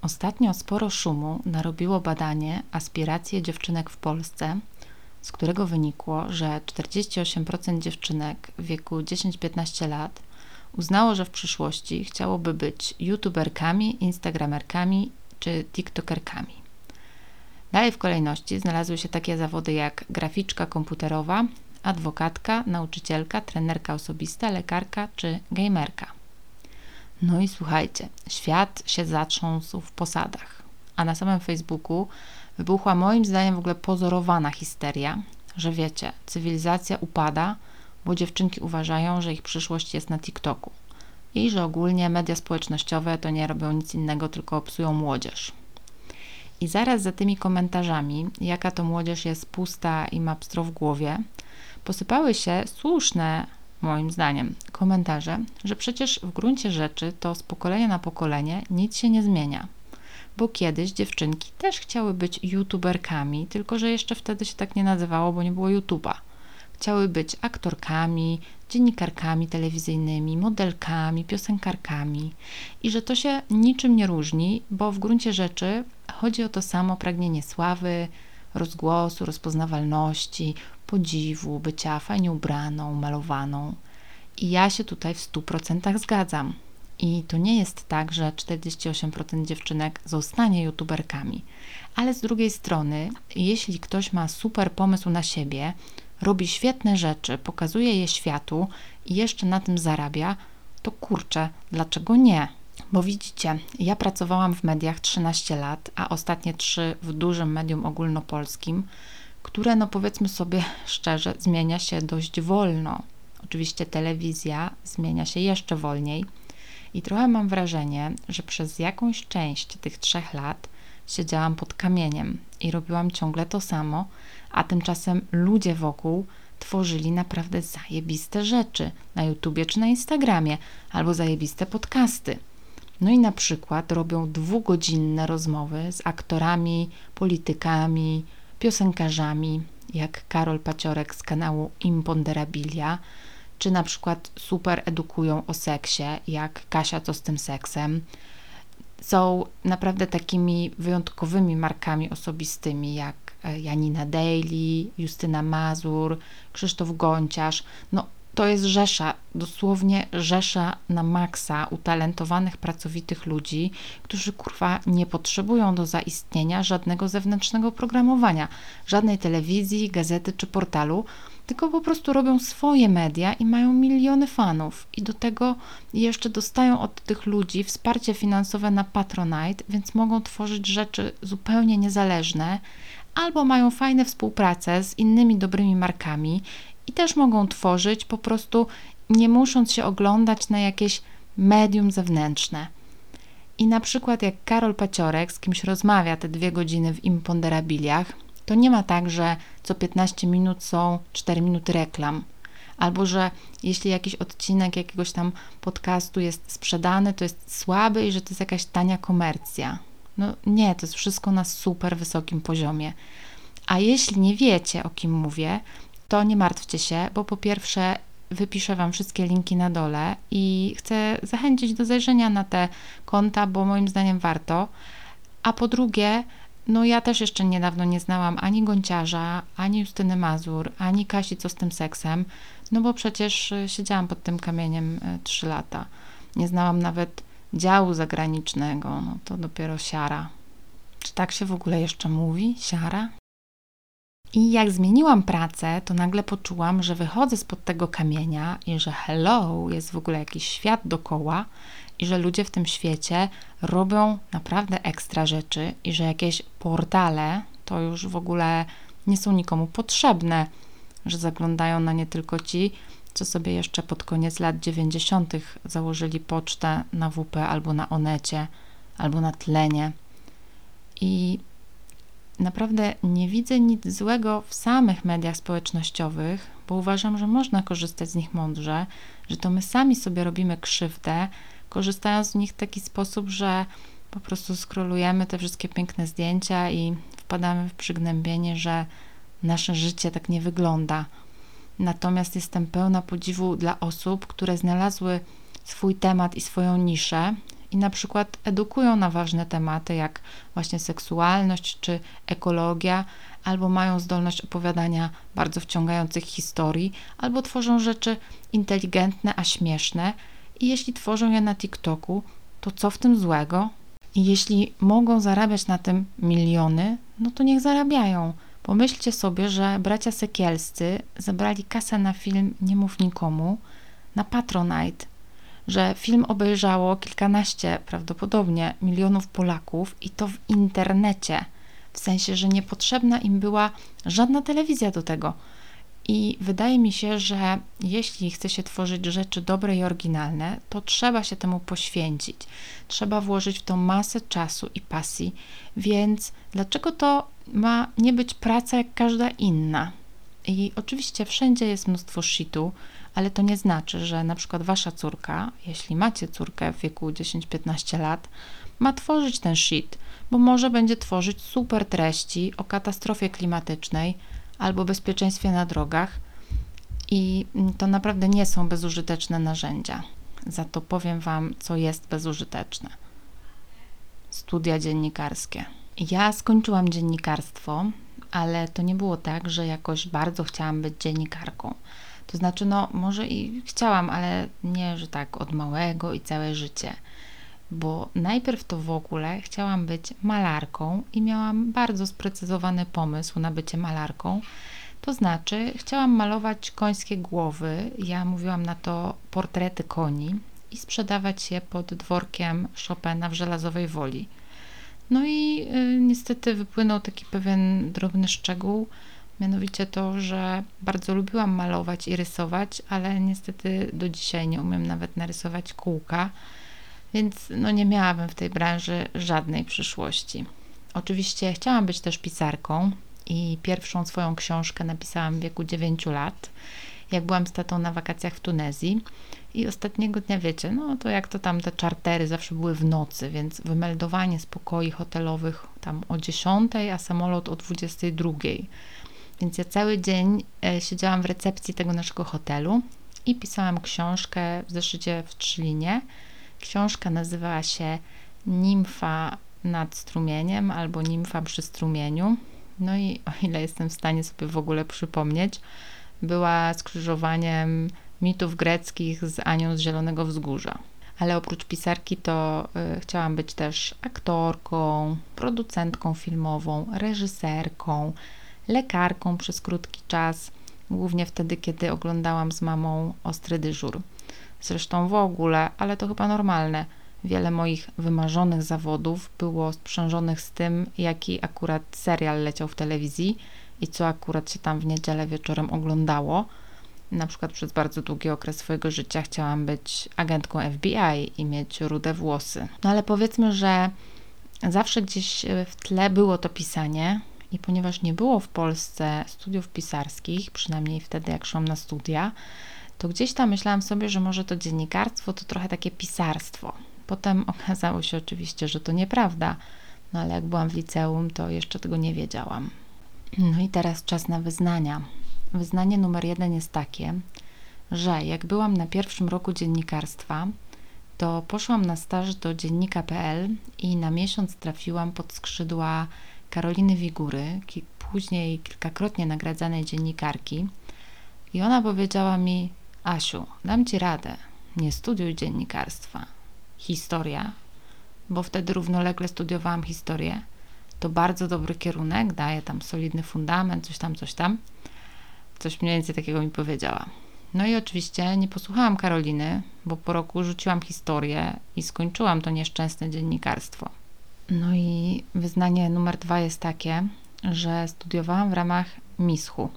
Ostatnio sporo szumu narobiło badanie aspiracje dziewczynek w Polsce, z którego wynikło, że 48% dziewczynek w wieku 10-15 lat uznało, że w przyszłości chciałoby być youtuberkami, instagramerkami czy tiktokerkami. Dalej w kolejności znalazły się takie zawody jak graficzka komputerowa, adwokatka, nauczycielka, trenerka osobista, lekarka czy gamerka. No i słuchajcie, świat się zatrząsł w posadach, a na samym Facebooku wybuchła moim zdaniem w ogóle pozorowana histeria, że wiecie, cywilizacja upada, bo dziewczynki uważają, że ich przyszłość jest na TikToku i że ogólnie media społecznościowe to nie robią nic innego, tylko psują młodzież. I zaraz za tymi komentarzami, jaka to młodzież jest pusta i ma pstro w głowie, posypały się słuszne, moim zdaniem, komentarze, że przecież w gruncie rzeczy to z pokolenia na pokolenie nic się nie zmienia. Bo kiedyś dziewczynki też chciały być youtuberkami, tylko że jeszcze wtedy się tak nie nazywało, bo nie było YouTube'a. Chciały być aktorkami, dziennikarkami telewizyjnymi, modelkami, piosenkarkami i że to się niczym nie różni, bo w gruncie rzeczy chodzi o to samo pragnienie sławy, rozgłosu, rozpoznawalności, podziwu, bycia fajnie ubraną, malowaną. I ja się tutaj w 100% zgadzam. I to nie jest tak, że 48% dziewczynek zostanie youtuberkami. Ale z drugiej strony, jeśli ktoś ma super pomysł na siebie, robi świetne rzeczy, pokazuje je światu i jeszcze na tym zarabia, to kurczę, dlaczego nie? Bo widzicie, ja pracowałam w mediach 13 lat, a ostatnie 3 w dużym medium ogólnopolskim, które, no powiedzmy sobie szczerze, zmienia się dość wolno. Oczywiście telewizja zmienia się jeszcze wolniej i trochę mam wrażenie, że przez jakąś część tych 3 lat siedziałam pod kamieniem i robiłam ciągle to samo, a tymczasem ludzie wokół tworzyli naprawdę zajebiste rzeczy na YouTubie czy na Instagramie, albo zajebiste podcasty. No i na przykład robią 2-godzinne rozmowy z aktorami, politykami, piosenkarzami, jak Karol Paciorek z kanału Imponderabilia, czy na przykład super edukują o seksie, jak Kasia Co z tym seksem. Są naprawdę takimi wyjątkowymi markami osobistymi, jak Janina Daily, Justyna Mazur, Krzysztof Gonciarz. No to jest rzesza, dosłownie rzesza na maksa utalentowanych, pracowitych ludzi, którzy kurwa nie potrzebują do zaistnienia żadnego zewnętrznego programowania, żadnej telewizji, gazety czy portalu, tylko po prostu robią swoje media i mają miliony fanów. I do tego jeszcze dostają od tych ludzi wsparcie finansowe na Patronite, więc mogą tworzyć rzeczy zupełnie niezależne, albo mają fajne współprace z innymi dobrymi markami i też mogą tworzyć po prostu nie musząc się oglądać na jakieś medium zewnętrzne. I na przykład jak Karol Paciorek z kimś rozmawia te 2 godziny w Imponderabiliach, to nie ma tak, że co 15 minut są 4 minuty reklam. Albo, że jeśli jakiś odcinek jakiegoś tam podcastu jest sprzedany, to jest słaby i że to jest jakaś tania komercja. No nie, to jest wszystko na super wysokim poziomie. A jeśli nie wiecie, o kim mówię, to nie martwcie się, bo po pierwsze wypiszę Wam wszystkie linki na dole i chcę zachęcić do zajrzenia na te konta, bo moim zdaniem warto. A po drugie, no ja też jeszcze niedawno nie znałam ani Gonciarza, ani Justyny Mazur, ani Kasi Co z tym seksem, no bo przecież siedziałam pod tym kamieniem 3 lata. Nie znałam nawet działu zagranicznego, no to dopiero siara. Czy tak się w ogóle jeszcze mówi? Siara? I jak zmieniłam pracę, to nagle poczułam, że wychodzę spod tego kamienia i że hello, jest w ogóle jakiś świat dookoła i że ludzie w tym świecie robią naprawdę ekstra rzeczy i że jakieś portale to już w ogóle nie są nikomu potrzebne, że zaglądają na nie tylko ci, co sobie jeszcze pod koniec lat 90. założyli pocztę na WP albo na Onecie, albo na Tlenie. I naprawdę nie widzę nic złego w samych mediach społecznościowych, bo uważam, że można korzystać z nich mądrze, że to my sami sobie robimy krzywdę, korzystając z nich w taki sposób, że po prostu scrollujemy te wszystkie piękne zdjęcia i wpadamy w przygnębienie, że nasze życie tak nie wygląda. Natomiast jestem pełna podziwu dla osób, które znalazły swój temat i swoją niszę i na przykład edukują na ważne tematy jak właśnie seksualność czy ekologia, albo mają zdolność opowiadania bardzo wciągających historii, albo tworzą rzeczy inteligentne, a śmieszne. I jeśli tworzą je na TikToku, to co w tym złego? I jeśli mogą zarabiać na tym miliony, no to niech zarabiają. Pomyślcie sobie, że bracia Sekielscy zebrali kasę na film Nie mów nikomu na Patronite, że film obejrzało kilkanaście prawdopodobnie milionów Polaków i to w internecie. W sensie, że niepotrzebna im była żadna telewizja do tego. I wydaje mi się, że jeśli chce się tworzyć rzeczy dobre i oryginalne, to trzeba się temu poświęcić. Trzeba włożyć w to masę czasu i pasji, więc dlaczego to ma nie być praca jak każda inna? I oczywiście wszędzie jest mnóstwo shitu, ale to nie znaczy, że na przykład wasza córka, jeśli macie córkę w wieku 10-15 lat, ma tworzyć ten shit, bo może będzie tworzyć super treści o katastrofie klimatycznej albo bezpieczeństwie na drogach i to naprawdę nie są bezużyteczne narzędzia. Za to powiem wam, co jest bezużyteczne. Studia dziennikarskie. Ja skończyłam dziennikarstwo, ale to nie było tak, że jakoś bardzo chciałam być dziennikarką. To znaczy, no może i chciałam, ale nie, że tak od małego i całe życie. Bo najpierw to w ogóle chciałam być malarką i miałam bardzo sprecyzowany pomysł na bycie malarką. To znaczy, chciałam malować końskie głowy, ja mówiłam na to portrety koni i sprzedawać je pod dworkiem Chopina w Żelazowej Woli. No i niestety wypłynął taki pewien drobny szczegół, mianowicie to, że bardzo lubiłam malować i rysować, ale niestety do dzisiaj nie umiem nawet narysować kółka, więc no nie miałabym w tej branży żadnej przyszłości. Oczywiście chciałam być też pisarką i pierwszą swoją książkę napisałam w wieku 9 lat, jak byłam z tatą na wakacjach w Tunezji i ostatniego dnia, wiecie, no to jak to tam te czartery zawsze były w nocy, więc wymeldowanie z pokoi hotelowych tam o 10, a samolot o 22. Więc ja cały dzień siedziałam w recepcji tego naszego hotelu i pisałam książkę w zeszycie w 3 linie. Książka nazywała się Nimfa nad strumieniem albo Nimfa przy strumieniu. No i o ile jestem w stanie sobie w ogóle przypomnieć, była skrzyżowaniem mitów greckich z Anią z Zielonego Wzgórza. Ale oprócz pisarki to chciałam być też aktorką, producentką filmową, reżyserką, lekarką przez krótki czas, głównie wtedy, kiedy oglądałam z mamą Ostry dyżur. Zresztą w ogóle, ale to chyba normalne, wiele moich wymarzonych zawodów było sprzężonych z tym, jaki akurat serial leciał w telewizji i co akurat się tam w niedzielę wieczorem oglądało. Na przykład przez bardzo długi okres swojego życia chciałam być agentką FBI i mieć rude włosy. No ale powiedzmy, że zawsze gdzieś w tle było to pisanie i ponieważ nie było w Polsce studiów pisarskich, przynajmniej wtedy jak szłam na studia, to gdzieś tam myślałam sobie, że może to dziennikarstwo to trochę takie pisarstwo. Potem okazało się oczywiście, że to nieprawda, no ale jak byłam w liceum, to jeszcze tego nie wiedziałam. No i teraz czas na wyznania. Wyznanie numer 1 jest takie, że jak byłam na pierwszym roku dziennikarstwa, to poszłam na staż do dziennika.pl i na miesiąc trafiłam pod skrzydła Karoliny Wigury, później kilkakrotnie nagradzanej dziennikarki. I ona powiedziała mi: Asiu, dam ci radę, nie studiuj dziennikarstwa. Historia, bo wtedy równolegle studiowałam historię. To bardzo dobry kierunek, daje tam solidny fundament, coś tam. Coś mniej więcej takiego mi powiedziała. No i oczywiście nie posłuchałam Karoliny, bo po roku rzuciłam historię i skończyłam to nieszczęsne dziennikarstwo. No i wyznanie numer 2 jest takie, że studiowałam w ramach MISH-u,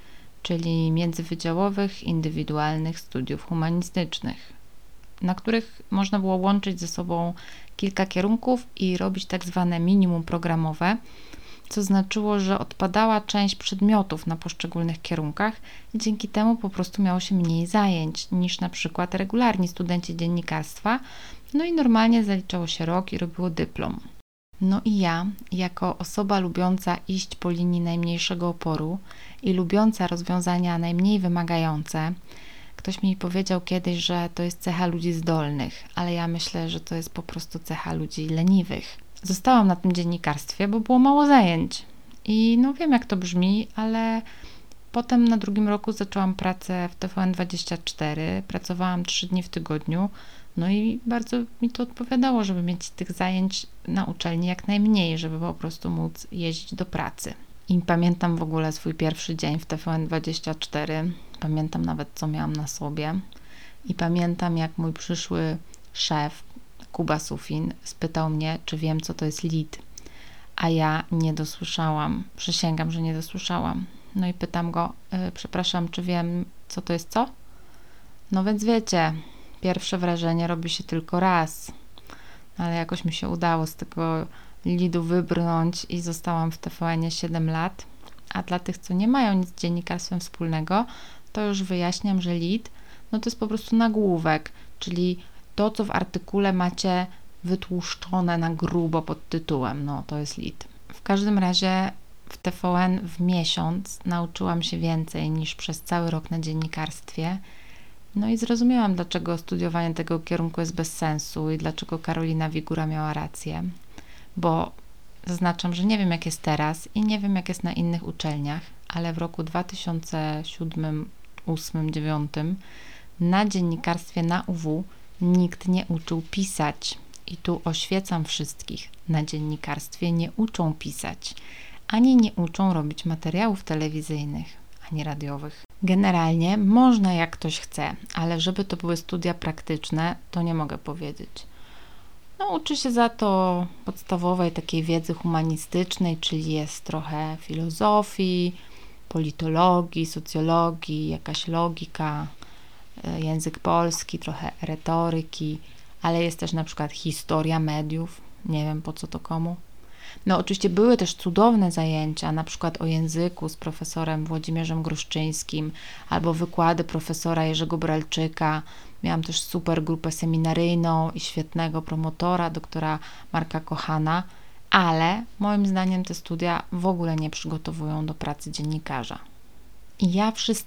czyli Międzywydziałowych Indywidualnych Studiów Humanistycznych, na których można było łączyć ze sobą kilka kierunków i robić tak zwane minimum programowe, co znaczyło, że odpadała część przedmiotów na poszczególnych kierunkach i dzięki temu po prostu miało się mniej zajęć niż na przykład regularni studenci dziennikarstwa, no i normalnie zaliczało się rok i robiło dyplom. No i ja, jako osoba lubiąca iść po linii najmniejszego oporu i lubiąca rozwiązania najmniej wymagające, Ktoś mi powiedział kiedyś, że to jest cecha ludzi zdolnych, ale ja myślę, że to jest po prostu cecha ludzi leniwych. Zostałam na tym dziennikarstwie, bo było mało zajęć. I no wiem, jak to brzmi, ale potem na drugim roku zaczęłam pracę w TVN24, pracowałam 3 dni w tygodniu, no i bardzo mi to odpowiadało, żeby mieć tych zajęć na uczelni jak najmniej, żeby po prostu móc jeździć do pracy. I pamiętam w ogóle swój pierwszy dzień w TVN24, pamiętam nawet, co miałam na sobie i pamiętam, jak mój przyszły szef, Kuba Sufin, spytał mnie, czy wiem, co to jest lead, a ja nie dosłyszałam, przysięgam, że nie dosłyszałam. No i pytam go, przepraszam, czy wiem, co to jest co? No więc wiecie, pierwsze wrażenie robi się tylko raz, ale jakoś mi się udało z tego leadu wybrnąć i zostałam w TVN-ie 7 lat. A dla tych, co nie mają nic z dziennikarstwem wspólnego, to już wyjaśniam, że lead, no to jest po prostu nagłówek, czyli to, co w artykule macie wytłuszczone na grubo pod tytułem, no to jest lead. W każdym razie w TVN w miesiąc nauczyłam się więcej niż przez cały rok na dziennikarstwie. No i zrozumiałam, dlaczego studiowanie tego kierunku jest bez sensu i dlaczego Karolina Wigóra miała rację. Bo zaznaczam, że nie wiem, jak jest teraz i nie wiem, jak jest na innych uczelniach, ale w roku 2007, 2008, 2009 na dziennikarstwie na UW nikt nie uczył pisać. I tu oświecam wszystkich. Na dziennikarstwie nie uczą pisać, ani nie uczą robić materiałów telewizyjnych, ani radiowych. Generalnie można, jak ktoś chce, ale żeby to były studia praktyczne, to nie mogę powiedzieć. No, uczy się za to podstawowej takiej wiedzy humanistycznej, czyli jest trochę filozofii, politologii, socjologii, jakaś logika, język polski, trochę retoryki, ale jest też na przykład historia mediów, nie wiem po co to komu. No oczywiście były też cudowne zajęcia, na przykład o języku z profesorem Włodzimierzem Gruszczyńskim, albo wykłady profesora Jerzego Bralczyka. Miałam też super grupę seminaryjną i świetnego promotora, doktora Marka Kochana, ale moim zdaniem te studia w ogóle nie przygotowują do pracy dziennikarza. I ja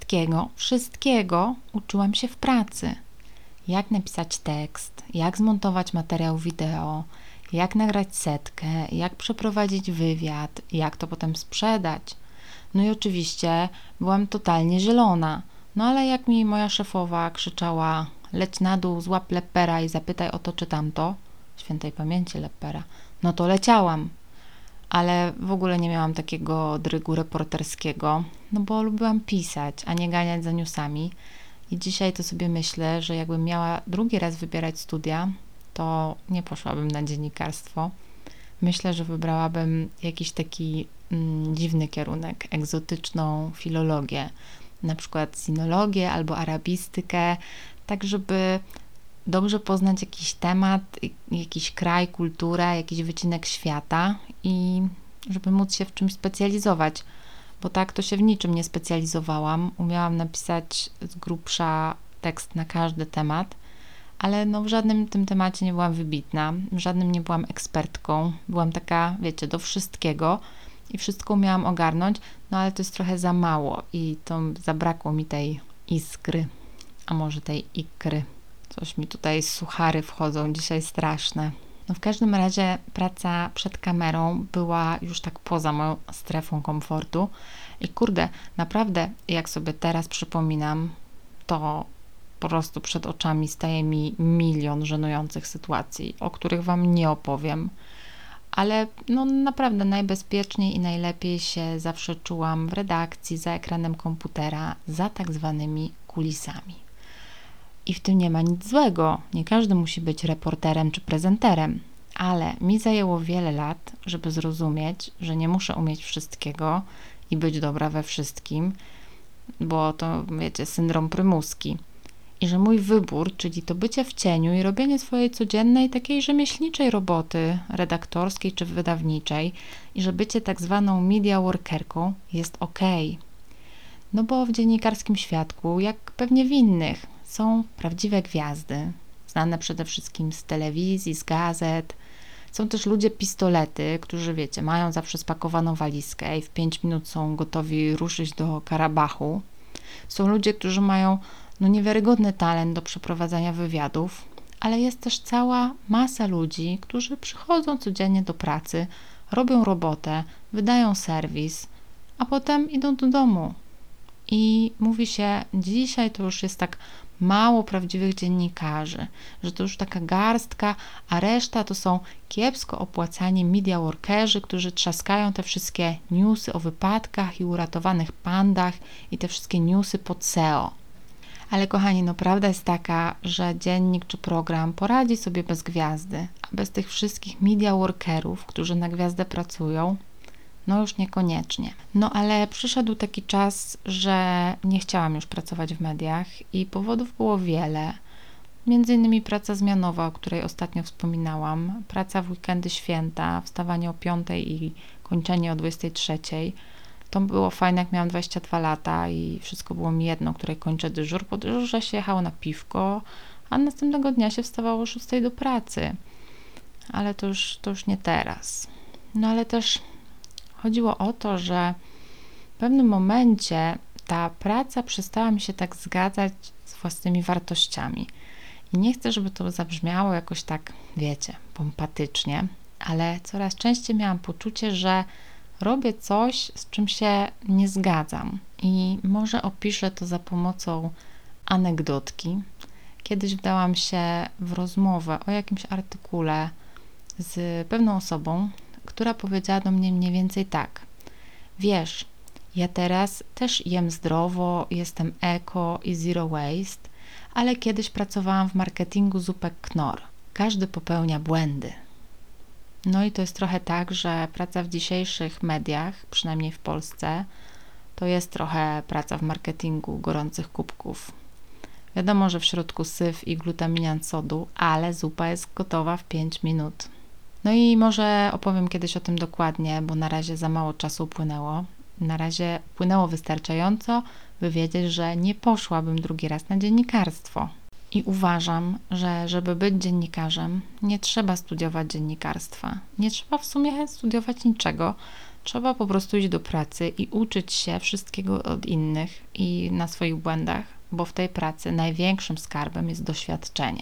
wszystkiego uczyłam się w pracy. Jak napisać tekst, jak zmontować materiał wideo, jak nagrać setkę, jak przeprowadzić wywiad, jak to potem sprzedać. No i oczywiście byłam totalnie zielona. No ale jak mi moja szefowa krzyczała, leć na dół, złap Leppera i zapytaj o to czy tamto, świętej pamięci Leppera, no to leciałam. Ale w ogóle nie miałam takiego drygu reporterskiego, no bo lubiłam pisać, a nie ganiać za newsami. I dzisiaj to sobie myślę, że jakbym miała drugi raz wybierać studia, to nie poszłabym na dziennikarstwo. Myślę, że wybrałabym jakiś taki dziwny kierunek, egzotyczną filologię, na przykład sinologię albo arabistykę, tak żeby dobrze poznać jakiś temat, jakiś kraj, kulturę, jakiś wycinek świata i żeby móc się w czymś specjalizować, bo tak to się w niczym nie specjalizowałam. Umiałam napisać z grubsza tekst na każdy temat, ale no w żadnym tym temacie nie byłam wybitna, w żadnym nie byłam ekspertką. Byłam taka, wiecie, do wszystkiego i wszystko umiałam ogarnąć, no ale to jest trochę za mało i to zabrakło mi tej iskry, a może tej ikry. Coś mi tutaj z suchary wchodzą dzisiaj straszne. No w każdym razie praca przed kamerą była już tak poza moją strefą komfortu i kurde, naprawdę jak sobie teraz przypominam, to po prostu przed oczami staje mi milion żenujących sytuacji, o których Wam nie opowiem. Ale no naprawdę najbezpieczniej i najlepiej się zawsze czułam w redakcji, za ekranem komputera, za tak zwanymi kulisami. I w tym nie ma nic złego. Nie każdy musi być reporterem czy prezenterem. Ale mi zajęło wiele lat, żeby zrozumieć, że nie muszę umieć wszystkiego i być dobra we wszystkim, bo to, wiecie, syndrom prymuski. I że mój wybór, czyli to bycie w cieniu i robienie swojej codziennej, takiej rzemieślniczej roboty, redaktorskiej czy wydawniczej, i że bycie tak zwaną media workerką jest okej. No bo w dziennikarskim świadku, jak pewnie w innych, są prawdziwe gwiazdy, znane przede wszystkim z telewizji, z gazet. Są też ludzie pistolety, którzy, wiecie, mają zawsze spakowaną walizkę i w 5 minut są gotowi ruszyć do Karabachu. Są ludzie, którzy mają niewiarygodny talent do przeprowadzania wywiadów, ale jest też cała masa ludzi, którzy przychodzą codziennie do pracy, robią robotę, wydają serwis, a potem idą do domu. I mówi się, dzisiaj to już jest tak mało prawdziwych dziennikarzy, że to już taka garstka, a reszta to są kiepsko opłacani media workerzy, którzy trzaskają te wszystkie newsy o wypadkach i uratowanych pandach i te wszystkie newsy pod SEO. Ale kochani, prawda jest taka, że dziennik czy program poradzi sobie bez gwiazdy, a bez tych wszystkich media workerów, którzy na gwiazdę pracują, już niekoniecznie. Ale przyszedł taki czas, że nie chciałam już pracować w mediach i powodów było wiele. Między innymi praca zmianowa, o której ostatnio wspominałam, praca w weekendy, święta, wstawanie o 5 i kończenie o 23. To było fajne, jak miałam 22 lata i wszystko było mi jedno, której kończę dyżur. Po dyżurze się jechało na piwko, a następnego dnia się wstawało o 6 do pracy. Ale to już nie teraz. Ale też chodziło o to, że w pewnym momencie ta praca przestała mi się tak zgadzać z własnymi wartościami. I nie chcę, żeby to zabrzmiało jakoś tak, wiecie, pompatycznie, ale coraz częściej miałam poczucie, że robię coś, z czym się nie zgadzam. I może opiszę to za pomocą anegdotki. Kiedyś wdałam się w rozmowę o jakimś artykule z pewną osobą, która powiedziała do mnie mniej więcej tak: wiesz, ja teraz też jem zdrowo, jestem eko i zero waste, ale kiedyś pracowałam w marketingu zupek Knorr. Każdy popełnia błędy. I to jest trochę tak, że praca w dzisiejszych mediach, przynajmniej w Polsce, to jest trochę praca w marketingu gorących kubków. Wiadomo, że w środku syf i glutaminian sodu, ale zupa jest gotowa w 5 minut. I może opowiem kiedyś o tym dokładnie, bo na razie za mało czasu upłynęło. Na razie płynęło wystarczająco, by wiedzieć, że nie poszłabym drugi raz na dziennikarstwo. I uważam, że żeby być dziennikarzem, nie trzeba studiować dziennikarstwa. Nie trzeba w sumie studiować niczego. Trzeba po prostu iść do pracy i uczyć się wszystkiego od innych i na swoich błędach, bo w tej pracy największym skarbem jest doświadczenie.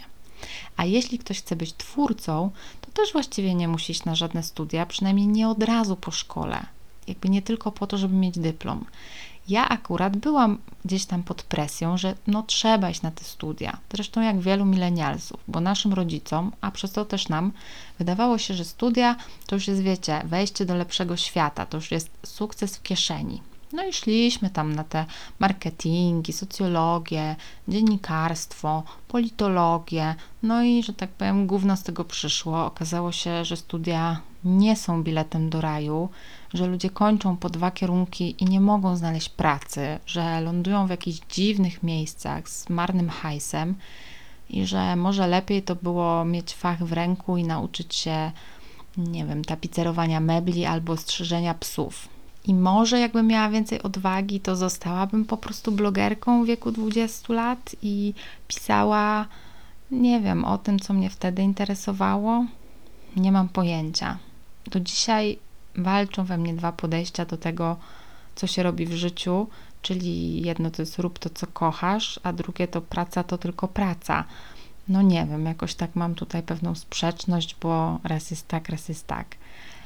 A jeśli ktoś chce być twórcą, to też właściwie nie musi iść na żadne studia, przynajmniej nie od razu po szkole. Nie tylko po to, żeby mieć dyplom. Ja akurat byłam gdzieś tam pod presją, że trzeba iść na te studia. Zresztą jak wielu milenialsów, bo naszym rodzicom, a przez to też nam, wydawało się, że studia to już jest, wiecie, wejście do lepszego świata, to już jest sukces w kieszeni. I szliśmy tam na te marketingi, socjologię, dziennikarstwo, politologię, i, że tak powiem, gówno z tego przyszło. Okazało się, że studia nie są biletem do raju, że ludzie kończą po 2 kierunki i nie mogą znaleźć pracy, że lądują w jakichś dziwnych miejscach z marnym hajsem i że może lepiej to było mieć fach w ręku i nauczyć się, nie wiem, tapicerowania mebli albo strzyżenia psów. I może jakbym miała więcej odwagi, to zostałabym po prostu blogerką w wieku 20 lat i pisała, nie wiem, o tym, co mnie wtedy interesowało. Nie mam pojęcia. Do dzisiaj walczą we mnie 2 podejścia do tego, co się robi w życiu, czyli jedno to jest rób to, co kochasz, a drugie to praca to tylko praca. Nie wiem, jakoś tak mam tutaj pewną sprzeczność, bo raz jest tak, raz jest tak.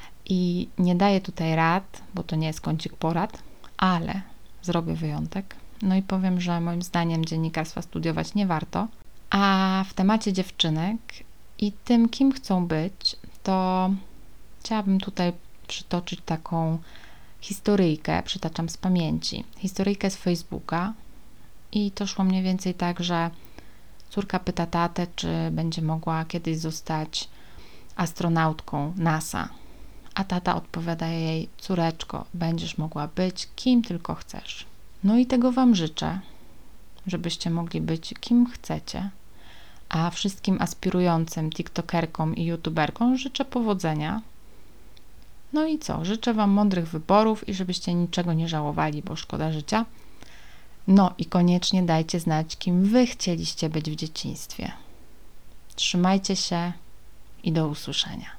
I nie daję tutaj rad, bo to nie jest kącik porad, ale zrobię wyjątek. I powiem, że moim zdaniem dziennikarstwa studiować nie warto. A w temacie dziewczynek i tym, kim chcą być, to chciałabym tutaj przytoczyć taką historyjkę, przytaczam z pamięci. Historyjkę z Facebooka i to szło mniej więcej tak, że córka pyta tatę, czy będzie mogła kiedyś zostać astronautką NASA. A tata odpowiada jej: córeczko, będziesz mogła być kim tylko chcesz. I tego Wam życzę, żebyście mogli być kim chcecie, a wszystkim aspirującym tiktokerkom i youtuberkom życzę powodzenia. I co? Życzę Wam mądrych wyborów i żebyście niczego nie żałowali, bo szkoda życia. I koniecznie dajcie znać, kim Wy chcieliście być w dzieciństwie. Trzymajcie się i do usłyszenia.